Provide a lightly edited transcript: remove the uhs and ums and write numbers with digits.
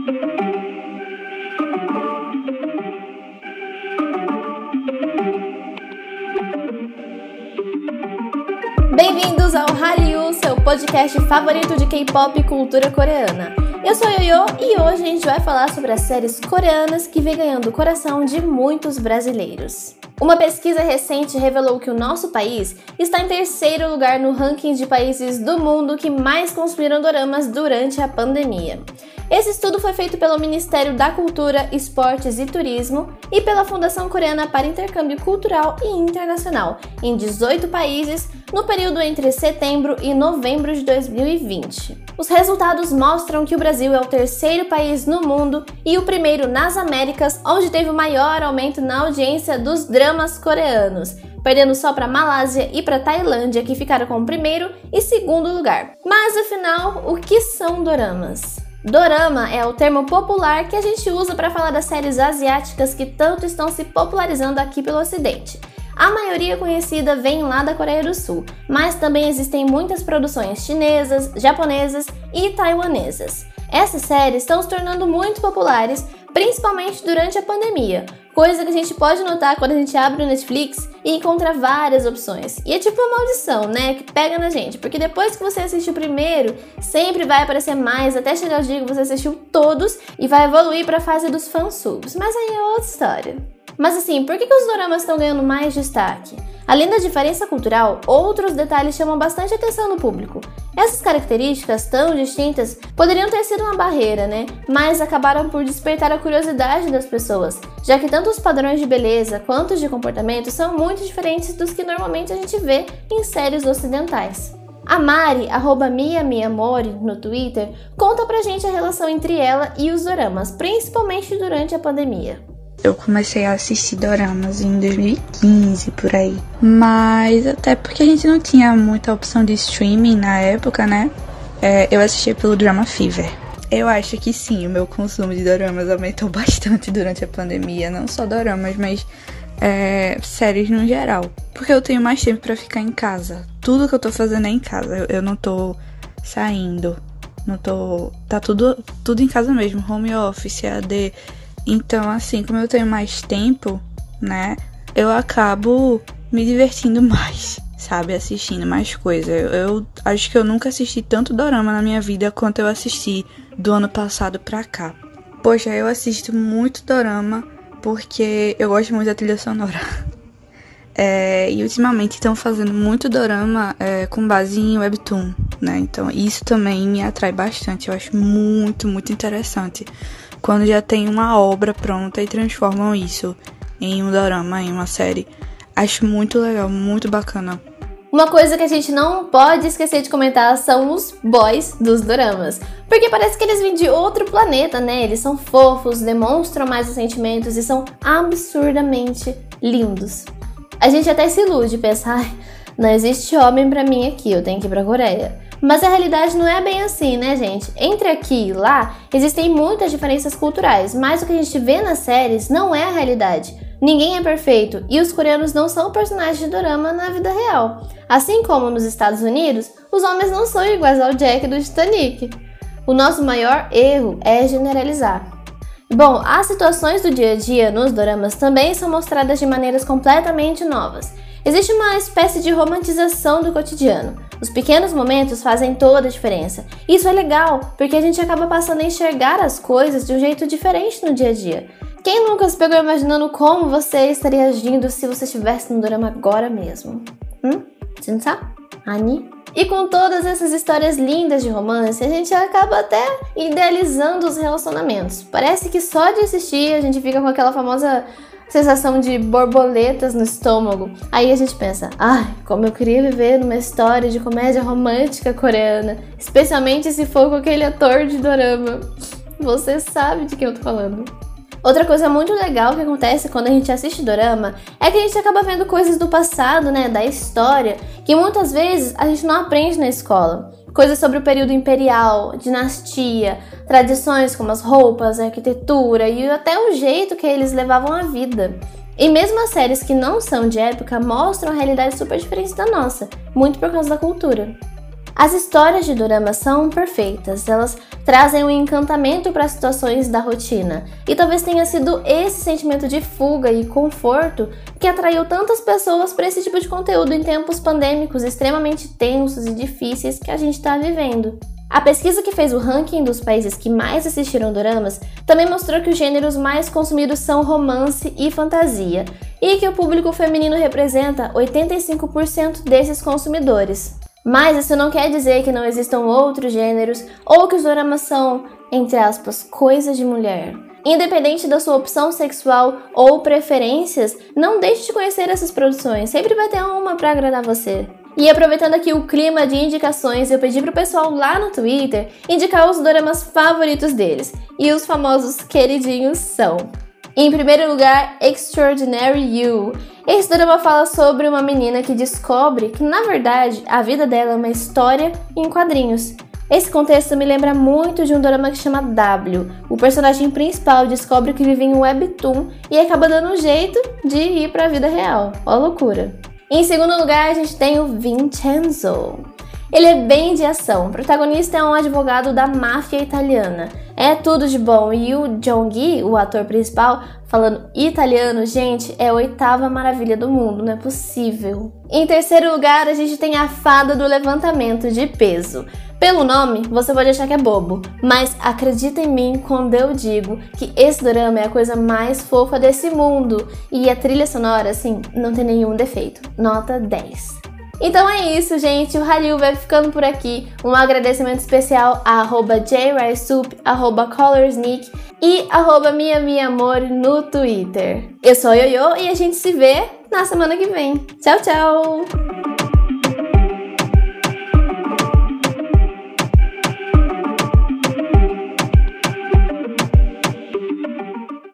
Bem-vindos ao Hallyu, seu podcast favorito de K-pop e cultura coreana. Eu sou a Yoyo e hoje a gente vai falar sobre as séries coreanas que vem ganhando o coração de muitos brasileiros. Uma pesquisa recente revelou que o nosso país está em terceiro lugar no ranking de países do mundo que mais consumiram doramas durante a pandemia. Esse estudo foi feito pelo Ministério da Cultura, Esportes e Turismo e pela Fundação Coreana para Intercâmbio Cultural e Internacional, em 18 países, no período entre setembro e novembro de 2020. Os resultados mostram que o Brasil é o terceiro país no mundo e o primeiro nas Américas, onde teve o maior aumento na audiência dos dramas coreanos, perdendo só para Malásia e para Tailândia, que ficaram com o primeiro e segundo lugar. Mas afinal, o que são doramas? Dorama é o termo popular que a gente usa para falar das séries asiáticas que tanto estão se popularizando aqui pelo Ocidente. A maioria conhecida vem lá da Coreia do Sul, mas também existem muitas produções chinesas, japonesas e taiwanesas. Essas séries estão se tornando muito populares, principalmente durante a pandemia, coisa que a gente pode notar quando a gente abre o Netflix e encontra várias opções. E é tipo uma maldição, né, que pega na gente, porque depois que você assiste o primeiro, sempre vai aparecer mais, até chegar o dia que você assistiu todos e vai evoluir para a fase dos fansubs, mas aí é outra história. Mas assim, por que os doramas estão ganhando mais destaque? Além da diferença cultural, outros detalhes chamam bastante atenção no público. Essas características tão distintas poderiam ter sido uma barreira, né? Mas acabaram por despertar a curiosidade das pessoas, já que tanto os padrões de beleza quanto os de comportamento são muito diferentes dos que normalmente a gente vê em séries ocidentais. A Mari, @MiaMiamori no Twitter, conta pra gente a relação entre ela e os doramas, principalmente durante a pandemia. Eu comecei a assistir doramas em 2015, por aí. Mas até porque a gente não tinha muita opção de streaming na época, né? Eu assisti pelo Drama Fever. Eu acho que sim, o meu consumo de doramas aumentou bastante durante a pandemia. Não só doramas, mas séries no geral. Porque eu tenho mais tempo pra ficar em casa. Tudo que eu tô fazendo é em casa. Eu não tô saindo. Tá tudo em casa mesmo. Home office, AD. Então, assim, como eu tenho mais tempo, né, eu acabo me divertindo mais, sabe, assistindo mais coisa. Eu acho que eu nunca assisti tanto dorama na minha vida quanto eu assisti do ano passado pra cá. Poxa, eu assisto muito dorama porque eu gosto muito da trilha sonora. E ultimamente estão fazendo muito dorama com base em webtoon, né, então isso também me atrai bastante. Eu acho muito, muito interessante quando já tem uma obra pronta e transformam isso em um dorama, em uma série. Acho muito legal, muito bacana. Uma coisa que a gente não pode esquecer de comentar são os boys dos doramas. Porque parece que eles vêm de outro planeta, né? Eles são fofos, demonstram mais os sentimentos e são absurdamente lindos. A gente até se ilude e pensa, não existe homem pra mim aqui, eu tenho que ir pra Coreia. Mas a realidade não é bem assim, né, gente? Entre aqui e lá, existem muitas diferenças culturais, mas o que a gente vê nas séries não é a realidade. Ninguém é perfeito e os coreanos não são personagens de dorama na vida real. Assim como nos Estados Unidos, os homens não são iguais ao Jack do Titanic. O nosso maior erro é generalizar. Bom, as situações do dia a dia nos doramas também são mostradas de maneiras completamente novas. Existe uma espécie de romantização do cotidiano. Os pequenos momentos fazem toda a diferença. Isso é legal, porque a gente acaba passando a enxergar as coisas de um jeito diferente no dia a dia. Quem nunca se pegou imaginando como você estaria agindo se você estivesse no dorama agora mesmo? 진짜? 아니? E com todas essas histórias lindas de romance, a gente acaba até idealizando os relacionamentos. Parece que só de assistir a gente fica com aquela famosa sensação de borboletas no estômago. Aí a gente pensa, como eu queria viver numa história de comédia romântica coreana, especialmente se for com aquele ator de dorama. Você sabe de quem eu tô falando. Outra coisa muito legal que acontece quando a gente assiste dorama é que a gente acaba vendo coisas do passado, né, da história, que muitas vezes a gente não aprende na escola. Coisas sobre o período imperial, dinastia, tradições como as roupas, a arquitetura e até o jeito que eles levavam a vida. E mesmo as séries que não são de época mostram a realidade super diferente da nossa, muito por causa da cultura. As histórias de dorama são perfeitas, elas trazem um encantamento para situações da rotina. E talvez tenha sido esse sentimento de fuga e conforto que atraiu tantas pessoas para esse tipo de conteúdo em tempos pandêmicos extremamente tensos e difíceis que a gente está vivendo. A pesquisa que fez o ranking dos países que mais assistiram doramas também mostrou que os gêneros mais consumidos são romance e fantasia, e que o público feminino representa 85% desses consumidores. Mas isso não quer dizer que não existam outros gêneros ou que os doramas são, entre aspas, coisa de mulher. Independente da sua opção sexual ou preferências, não deixe de conhecer essas produções, sempre vai ter uma para agradar você. E aproveitando aqui o clima de indicações, eu pedi pro pessoal lá no Twitter indicar os doramas favoritos deles, e os famosos queridinhos são: em primeiro lugar, Extraordinary You. Esse drama fala sobre uma menina que descobre que, na verdade, a vida dela é uma história em quadrinhos. Esse contexto me lembra muito de um drama que chama W. O personagem principal descobre que vive em um webtoon e acaba dando um jeito de ir para a vida real. Ó loucura. Em segundo lugar, a gente tem o Vincenzo. Ele é bem de ação. O protagonista é um advogado da máfia italiana. É tudo de bom. E o Jong-gi, o ator principal, falando italiano, gente, é a 8ª maravilha do mundo, não é possível. Em terceiro lugar, a gente tem a Fada do Levantamento de Peso. Pelo nome, você pode achar que é bobo, mas acredita em mim quando eu digo que esse dorama é a coisa mais fofa desse mundo. E a trilha sonora, assim, não tem nenhum defeito. Nota 10. Então é isso, gente. O Hallyu vai ficando por aqui. Um agradecimento especial a @jraisup, @colorsneak e @miamiamor no Twitter. Eu sou a Yoyo e a gente se vê na semana que vem. Tchau, tchau!